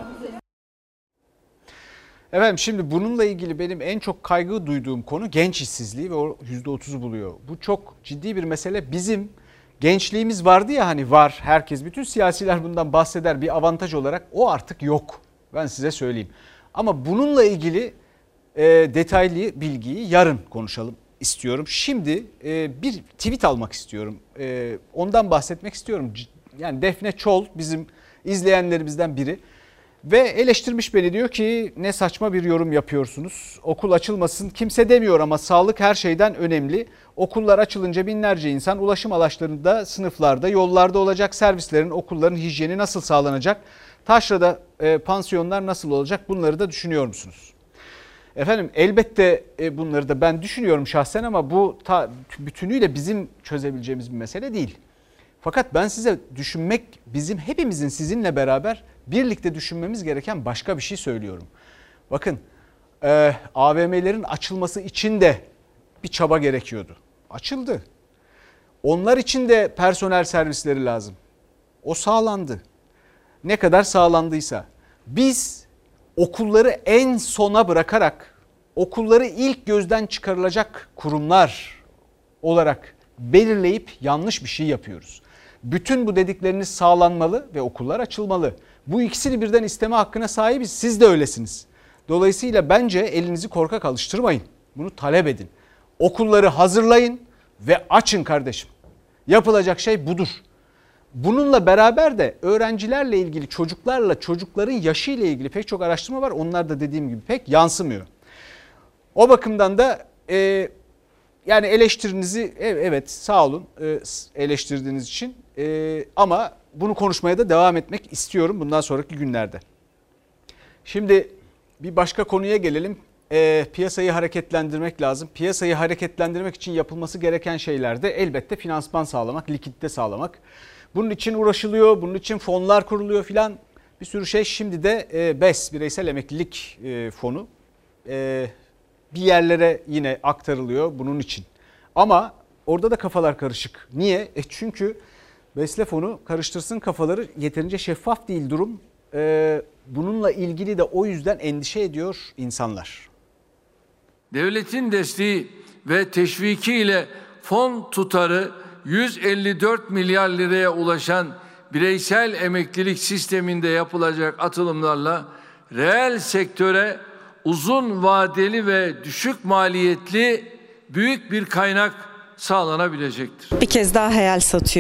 Efendim şimdi bununla ilgili benim en çok kaygı duyduğum konu genç işsizliği ve o yüzde otuzu buluyor. Bu çok ciddi bir mesele. Bizim gençliğimiz vardı ya, hani var, herkes, bütün siyasiler bundan bahseder bir avantaj olarak, o artık yok. Ben size söyleyeyim. Ama bununla ilgili e, detaylı bilgiyi yarın konuşalım istiyorum. Şimdi e, bir tweet almak istiyorum. E, ondan bahsetmek istiyorum. Yani Defne Çol bizim izleyenlerimizden biri. Ve eleştirmiş beni, diyor ki ne saçma bir yorum yapıyorsunuz. Okul açılmasın kimse demiyor ama sağlık her şeyden önemli. Okullar açılınca binlerce insan ulaşım araçlarında, sınıflarda, yollarda olacak. Servislerin, okulların hijyeni nasıl sağlanacak? Taşra'da e, pansiyonlar nasıl olacak? Bunları da düşünüyor musunuz? Efendim elbette e, bunları da ben düşünüyorum şahsen ama bu ta, bütünüyle bizim çözebileceğimiz bir mesele değil. Fakat ben size düşünmek, bizim hepimizin sizinle beraber birlikte düşünmemiz gereken başka bir şey söylüyorum. Bakın e, A V M'lerin açılması için de bir çaba gerekiyordu. Açıldı. Onlar için de personel servisleri lazım. O sağlandı. Ne kadar sağlandıysa. Biz okulları en sona bırakarak, okulları ilk gözden çıkarılacak kurumlar olarak belirleyip yanlış bir şey yapıyoruz. Bütün bu dedikleriniz sağlanmalı ve okullar açılmalı. Bu ikisini birden isteme hakkına sahibiz. Siz de öylesiniz. Dolayısıyla bence elinizi korkak alıştırmayın. Bunu talep edin. Okulları hazırlayın ve açın kardeşim. Yapılacak şey budur. Bununla beraber de öğrencilerle ilgili, çocuklarla, çocukların yaşıyla ilgili pek çok araştırma var. Onlar da dediğim gibi pek yansımıyor. O bakımdan da e, yani eleştirinizi evet sağ olun e, eleştirdiğiniz için e, ama bunu konuşmaya da devam etmek istiyorum bundan sonraki günlerde. Şimdi bir başka konuya gelelim. E, piyasayı hareketlendirmek lazım. Piyasayı hareketlendirmek için yapılması gereken şeyler de elbette finansman sağlamak, likidite sağlamak. Bunun için uğraşılıyor, bunun için fonlar kuruluyor filan, bir sürü şey. Şimdi de e, B E S, Bireysel Emeklilik e, Fonu e, bir yerlere yine aktarılıyor bunun için. Ama orada da kafalar karışık. Niye? E çünkü BES'le fonu karıştırsın kafaları, yeterince şeffaf değil durum. E, bununla ilgili de o yüzden endişe ediyor insanlar. Devletin desteği ve teşviki ile fon tutarı yüz elli dört milyar liraya ulaşan bireysel emeklilik sisteminde yapılacak atılımlarla reel sektöre uzun vadeli ve düşük maliyetli büyük bir kaynak sağlanabilecektir. Bir kez daha hayal satıyor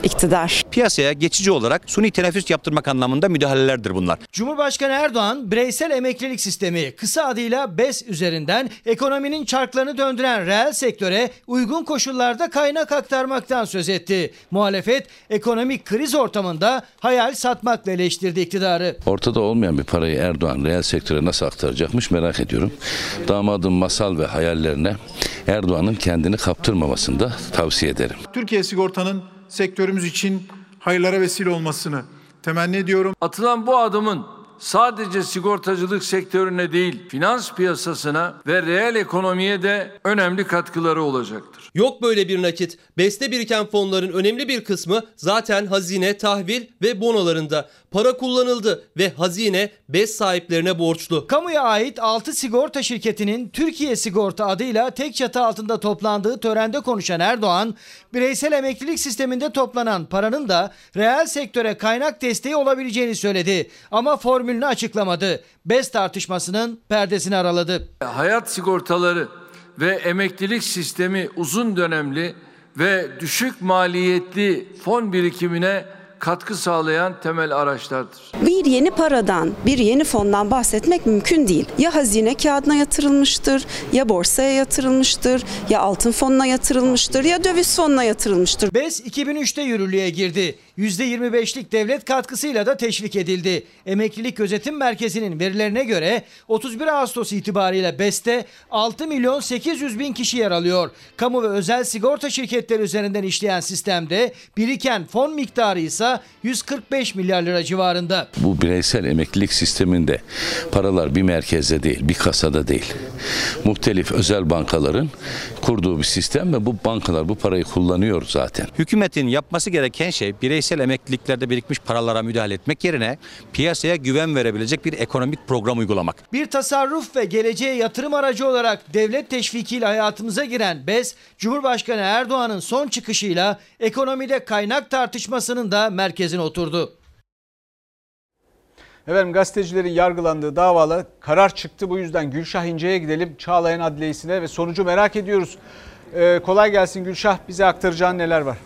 iktidar. Piyasaya geçici olarak suni teneffüs yaptırmak anlamında müdahalelerdir bunlar. Cumhurbaşkanı Erdoğan bireysel emeklilik sistemi, kısa adıyla BES üzerinden ekonominin çarklarını döndüren reel sektöre uygun koşullarda kaynak aktarmaktan söz etti. Muhalefet ekonomik kriz ortamında hayal satmakla eleştirdi iktidarı. Ortada olmayan bir parayı Erdoğan reel sektöre nasıl aktaracakmış merak ediyorum. Damadım masal ve hayallerine Erdoğan'ın kendini kaptırmamasını da tavsiye ederim. Türkiye Sigorta'nın sektörümüz için hayırlara vesile olmasını temenni ediyorum. Atılan bu adımın sadece sigortacılık sektörüne değil, finans piyasasına ve reel ekonomiye de önemli katkıları olacaktır. Yok böyle bir nakit. BES'te biriken fonların önemli bir kısmı zaten hazine, tahvil ve bonolarında. Para kullanıldı ve hazine BES sahiplerine borçlu. Kamuya ait altı sigorta şirketinin Türkiye Sigorta adıyla tek çatı altında toplandığı törende konuşan Erdoğan, bireysel emeklilik sisteminde toplanan paranın da reel sektöre kaynak desteği olabileceğini söyledi. Ama formülünü açıklamadı. BES tartışmasının perdesini araladı. Hayat sigortaları ve emeklilik sistemi uzun dönemli ve düşük maliyetli fon birikimine katkı sağlayan temel araçlardır. Bir yeni paradan, bir yeni fondan bahsetmek mümkün değil. Ya hazine kağıdına yatırılmıştır, ya borsaya yatırılmıştır, ya altın fonuna yatırılmıştır, ya döviz fonuna yatırılmıştır. BES iki bin üçte yürürlüğe girdi. yüzde yirmi beşlik devlet katkısıyla da teşvik edildi. Emeklilik Gözetim Merkezi'nin verilerine göre otuz bir Ağustos itibariyle BES'te altı milyon sekiz yüz bin kişi yer alıyor. Kamu ve özel sigorta şirketleri üzerinden işleyen sistemde biriken fon miktarı ise yüz kırk beş milyar lira civarında. Bu bireysel emeklilik sisteminde paralar bir merkezde değil, bir kasada değil. Muhtelif özel bankaların kurduğu bir sistem ve bu bankalar bu parayı kullanıyor zaten. Hükümetin yapması gereken şey bireysel emekliliklerde birikmiş paralara müdahale etmek yerine piyasaya güven verebilecek bir ekonomik program uygulamak. Bir tasarruf ve geleceğe yatırım aracı olarak devlet teşvikiyle hayatımıza giren BES, Cumhurbaşkanı Erdoğan'ın son çıkışıyla ekonomide kaynak tartışmasının da merkezine oturdu. Efendim, gazetecilerin yargılandığı davala karar çıktı. Bu yüzden Gülşah İnce'ye gidelim. Çağlayan Adliyesi'ne ve sonucu merak ediyoruz. Ee, kolay gelsin Gülşah. Bize aktaracağın neler var?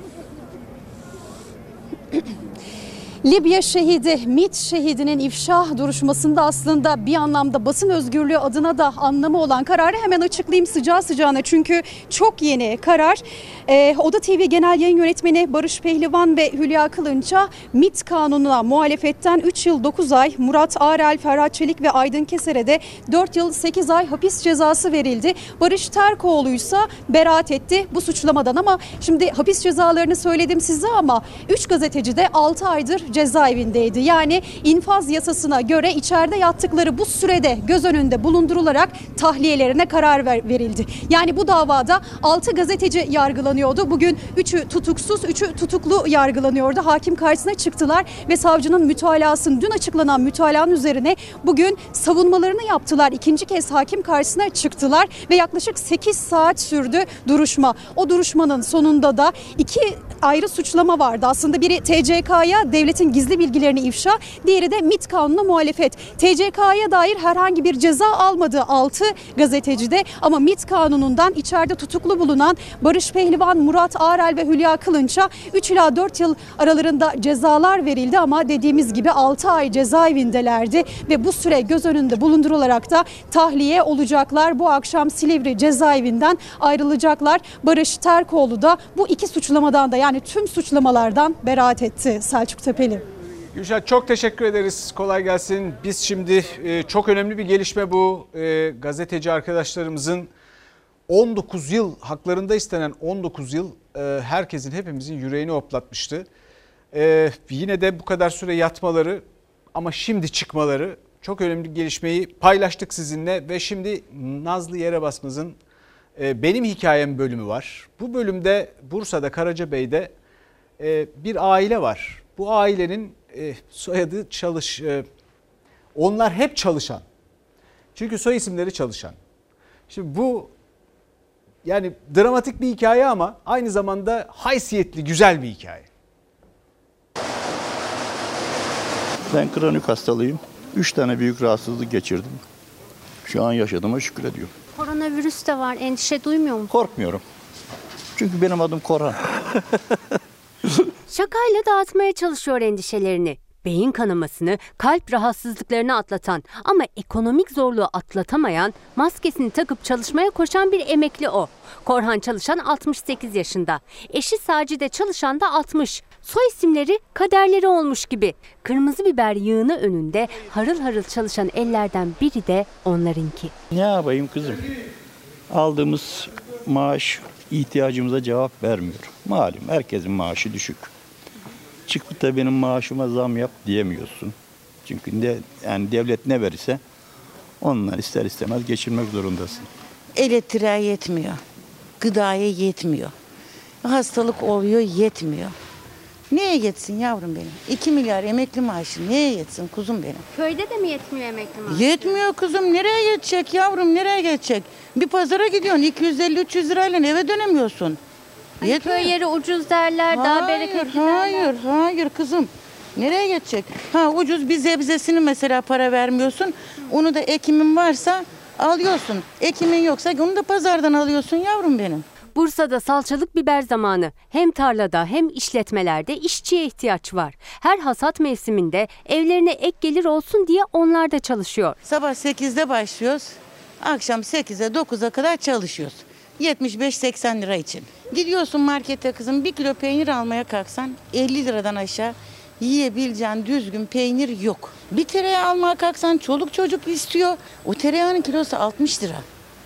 Libya şehidi, MİT şehidinin ifşa duruşmasında aslında bir anlamda basın özgürlüğü adına da anlamı olan kararı hemen açıklayayım sıcağı sıcağına. Çünkü çok yeni karar. Ee, Oda T V Genel Yayın Yönetmeni Barış Pehlivan ve Hülya Kılınç'a MİT kanununa muhalefetten üç yıl dokuz ay, Murat Arel, Ferhat Çelik ve Aydın Keser'e de dört yıl sekiz ay hapis cezası verildi. Barış Terkoğlu ise beraat etti bu suçlamadan. Ama şimdi hapis cezalarını söyledim size ama üç gazeteci de altı aydır cezaevindeydi. Yani infaz yasasına göre içeride yattıkları bu sürede göz önünde bulundurularak tahliyelerine karar ver, verildi. Yani bu davada altı gazeteci yargılanıyordu. Bugün üçü tutuksuz, üçü tutuklu yargılanıyordu. Hakim karşısına çıktılar ve savcının mütalasının, dün açıklanan mütalanın üzerine bugün savunmalarını yaptılar. İkinci kez hakim karşısına çıktılar ve yaklaşık sekiz saat sürdü duruşma. O duruşmanın sonunda da iki ayrı suçlama vardı. Aslında biri T C K'ya devletin gizli bilgilerini ifşa, diğeri de MİT kanununa muhalefet. T C K'ya dair herhangi bir ceza almadığı altı gazetecide ama MİT kanunundan içeride tutuklu bulunan Barış Pehlivan, Murat Arel ve Hülya Kılınç'a üç ila dört yıl aralarında cezalar verildi ama dediğimiz gibi altı ay cezaevindelerdi ve bu süre göz önünde bulundurularak da tahliye olacaklar. Bu akşam Silivri cezaevinden ayrılacaklar. Barış Terkoğlu da bu iki suçlamadan da yani tüm suçlamalardan beraat etti. Selçuk Tepeli. Gülşah, çok teşekkür ederiz. Kolay gelsin. Biz şimdi e, çok önemli bir gelişme bu. E, gazeteci arkadaşlarımızın on dokuz yıl, haklarında istenen on dokuz yıl e, herkesin, hepimizin yüreğini hoplatmıştı. E, yine de bu kadar süre yatmaları ama şimdi çıkmaları, çok önemli bir gelişmeyi paylaştık sizinle ve şimdi Nazlı Yerebasmaz'ın e, Benim Hikayem bölümü var. Bu bölümde Bursa'da Karacabey'de e, bir aile var. Bu ailenin e, soyadı çalış, e, onlar hep çalışan. Çünkü soy isimleri çalışan. Şimdi bu yani dramatik bir hikaye ama aynı zamanda haysiyetli, güzel bir hikaye. Ben kronik hastalıyım. Üç tane büyük rahatsızlık geçirdim. Şu an yaşadığıma şükür ediyorum. Koronavirüs de var. Endişe duymuyor musun? Korkmuyorum. Çünkü benim adım Korhan. Şakayla dağıtmaya çalışıyor endişelerini. Beyin kanamasını, kalp rahatsızlıklarını atlatan ama ekonomik zorluğu atlatamayan, maskesini takıp çalışmaya koşan bir emekli o. Korhan Çalışan altmış sekiz yaşında. Eşi Sacide Çalışan da altmış. Soy isimleri kaderleri olmuş gibi. Kırmızı biber yığını önünde harıl harıl çalışan ellerden biri de onlarınki. Ne yapayım kızım? Aldığımız maaş ihtiyacımıza cevap vermiyor. Malum herkesin maaşı düşük. Çıkıp da benim maaşıma zam yap diyemiyorsun. Çünkü de, yani devlet ne verirse ondan ister istemez geçirmek zorundasın. Elektriğe yetmiyor. Gıdaya yetmiyor. Hastalık oluyor yetmiyor. Neye yetsin yavrum benim? iki milyar emekli maaşı neye yetsin kuzum benim? Köyde de mi yetmiyor emekli maaşı? Yetmiyor kuzum. Nereye yetecek yavrum? Nereye yetecek? Bir pazara gidiyorsun iki yüz elli üç yüz lirayla eve dönemiyorsun. Hani köy yeri ucuz derler, hayır, daha bereketli derler. Hayır, hayır kızım. Nereye yetecek? Ha ucuz bir zebzesini mesela para vermiyorsun. Onu da ekimin varsa alıyorsun. Ekimin yoksa onu da pazardan alıyorsun yavrum benim. Bursa'da salçalık biber zamanı. Hem tarlada hem işletmelerde işçiye ihtiyaç var. Her hasat mevsiminde evlerine ek gelir olsun diye onlar da çalışıyor. Sabah sekizde başlıyoruz. Akşam sekize dokuza kadar çalışıyoruz. yetmiş beş seksen lira için. Gidiyorsun markete kızım bir kilo peynir almaya kalksan elli liradan aşağı yiyebileceğin düzgün peynir yok. Bir tereyağı almaya kalksan çoluk çocuk istiyor. O tereyağının kilosu altmış lira.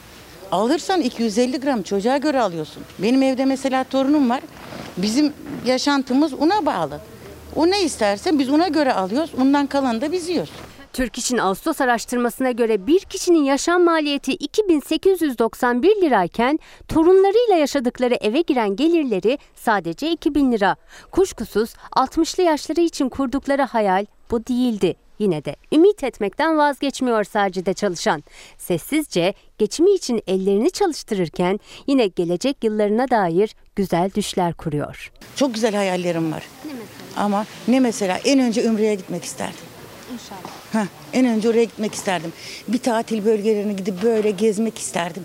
Alırsan iki yüz elli gram çocuğa göre alıyorsun. Benim evde mesela torunum var. Bizim yaşantımız una bağlı. O ne isterse biz ona göre alıyoruz. Ondan kalanı da biz yiyoruz. Türk İş'in Ağustos araştırmasına göre bir kişinin yaşam maliyeti iki bin sekiz yüz doksan bir lirayken torunlarıyla yaşadıkları eve giren gelirleri sadece iki bin lira. Kuşkusuz altmışlı yaşları için kurdukları hayal bu değildi. Yine de ümit etmekten vazgeçmiyor Sacide Çalışan. Sessizce geçimi için ellerini çalıştırırken yine gelecek yıllarına dair güzel düşler kuruyor. Çok güzel hayallerim var. Ne mesela? Ama ne mesela en önce Ümre'ye gitmek isterdim. İnşallah. Heh, en önce oraya gitmek isterdim. Bir tatil bölgelerine gidip böyle gezmek isterdim.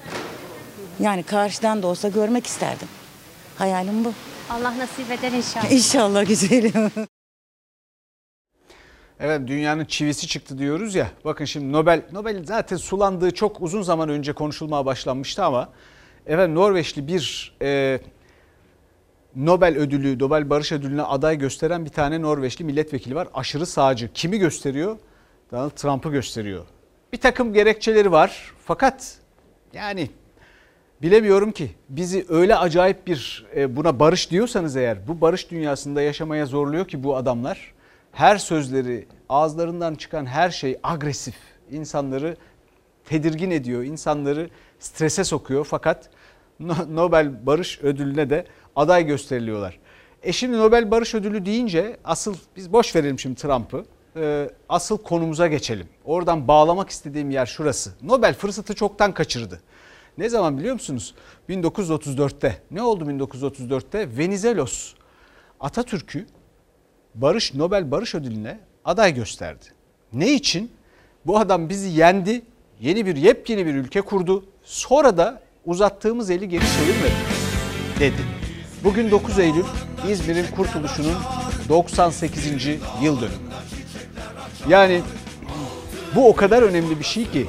Yani karşıdan da olsa görmek isterdim. Hayalim bu. Allah nasip eder inşallah. İnşallah güzelim. Evet, dünyanın çivisi çıktı diyoruz ya. Bakın şimdi Nobel, Nobel zaten sulandığı çok uzun zaman önce konuşulmaya başlanmıştı ama efendim Norveçli bir e, Nobel ödülü, Nobel Barış Ödülü'ne aday gösteren bir tane Norveçli milletvekili var. Aşırı sağcı. Kimi gösteriyor? Donald Trump'ı gösteriyor. Bir takım gerekçeleri var. Fakat yani bilemiyorum ki bizi öyle acayip bir buna barış diyorsanız eğer, bu barış dünyasında yaşamaya zorluyor ki bu adamlar. Her sözleri, ağızlarından çıkan her şey agresif. İnsanları tedirgin ediyor, insanları strese sokuyor. Fakat Nobel Barış Ödülü'ne de aday gösteriliyorlar. E şimdi Nobel Barış Ödülü deyince asıl biz boş verelim şimdi Trump'ı. Ee, asıl konumuza geçelim. Oradan bağlamak istediğim yer şurası. Nobel fırsatı çoktan kaçırdı. Ne zaman biliyor musunuz? bin dokuz yüz otuz dörtte. Ne oldu bin dokuz yüz otuz dörtte? Venizelos Atatürk'ü Barış Nobel Barış Ödülü'ne aday gösterdi. Ne için? Bu adam bizi yendi. Yeni bir yepyeni bir ülke kurdu. Sonra da uzattığımız eli geri çevirmedi dedi. Bugün dokuz Eylül İzmir'in kurtuluşunun doksan sekizinci yıl dönümü. Yani bu o kadar önemli bir şey ki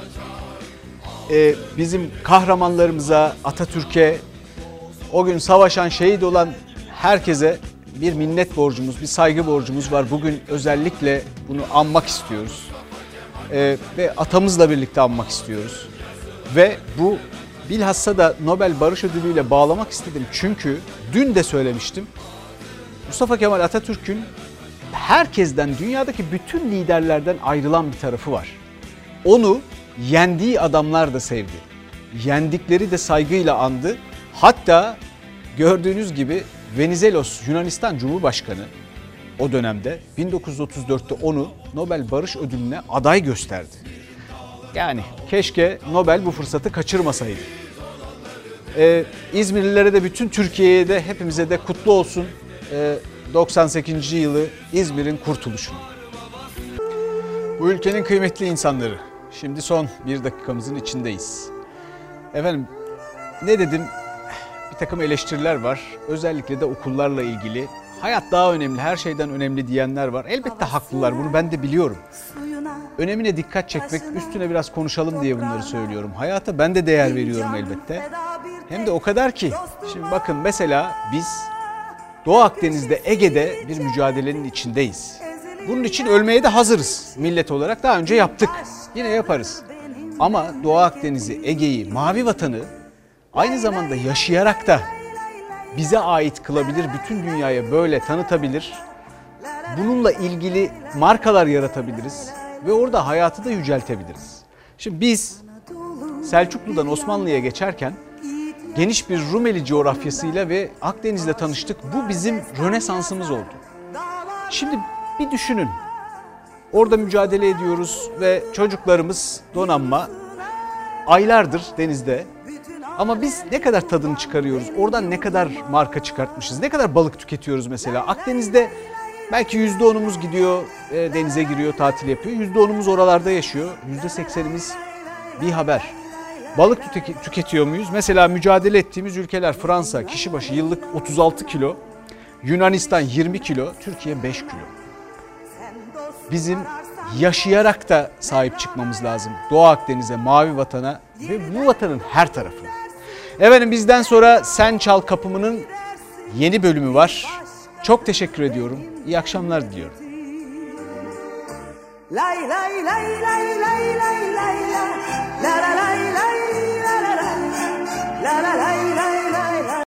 e, bizim kahramanlarımıza, Atatürk'e, o gün savaşan, şehit olan herkese bir minnet borcumuz, bir saygı borcumuz var. Bugün özellikle bunu anmak istiyoruz. E, ve atamızla birlikte anmak istiyoruz. Ve bu bilhassa da Nobel Barış Ödülü ile bağlamak istedim. Çünkü dün de söylemiştim. Mustafa Kemal Atatürk'ün herkesten, dünyadaki bütün liderlerden ayrılan bir tarafı var. Onu yendiği adamlar da sevdi. Yendikleri de saygıyla andı. Hatta gördüğünüz gibi Venizelos Yunanistan Cumhurbaşkanı o dönemde bin dokuz yüz otuz dörtte onu Nobel Barış Ödülü'ne aday gösterdi. Yani keşke Nobel bu fırsatı kaçırmasaydı. Ee, İzmirlilere de, bütün Türkiye'ye de, hepimize de kutlu olsun ee, doksan sekizinci yılı İzmir'in kurtuluşunu. Bu ülkenin kıymetli insanları. Şimdi son bir dakikamızın içindeyiz. Efendim ne dedim? Bir takım eleştiriler var. Özellikle de okullarla ilgili. Hayat daha önemli, her şeyden önemli diyenler var. Elbette haklılar, bunu ben de biliyorum. Önemine dikkat çekmek, üstüne biraz konuşalım diye bunları söylüyorum. Hayata ben de değer veriyorum elbette. Hem de o kadar ki. Şimdi bakın mesela biz Doğu Akdeniz'de, Ege'de bir mücadelenin içindeyiz. Bunun için ölmeye de hazırız millet olarak. Daha önce yaptık. Yine yaparız. Ama Doğu Akdeniz'i, Ege'yi, Mavi Vatan'ı aynı zamanda yaşayarak da bize ait kılabilir, bütün dünyaya böyle tanıtabilir. Bununla ilgili markalar yaratabiliriz ve orada hayatı da yüceltebiliriz. Şimdi biz Selçuklu'dan Osmanlı'ya geçerken geniş bir Rumeli coğrafyasıyla ve Akdeniz'le tanıştık. Bu bizim Rönesansımız oldu. Şimdi bir düşünün. Orada mücadele ediyoruz ve çocuklarımız donanma aylardır denizde. Ama biz ne kadar tadını çıkarıyoruz? Oradan ne kadar marka çıkartmışız? Ne kadar balık tüketiyoruz mesela? Akdeniz'de belki yüzde onumuz gidiyor, e, denize giriyor, tatil yapıyor. yüzde onumuz oralarda yaşıyor. yüzde seksenimiz bir haber. Balık tüketiyor muyuz? Mesela mücadele ettiğimiz ülkeler Fransa kişi başı yıllık otuz altı kilo, Yunanistan yirmi kilo, Türkiye beş kilo. Bizim yaşayarak da sahip çıkmamız lazım. Doğu Akdeniz'e, Mavi Vatan'a ve bu vatanın her tarafına. Efendim bizden sonra Sen Çal Kapımı'nın yeni bölümü var. Çok teşekkür ediyorum. İyi akşamlar diliyorum. Lay lay lay lay lay lay lay la la la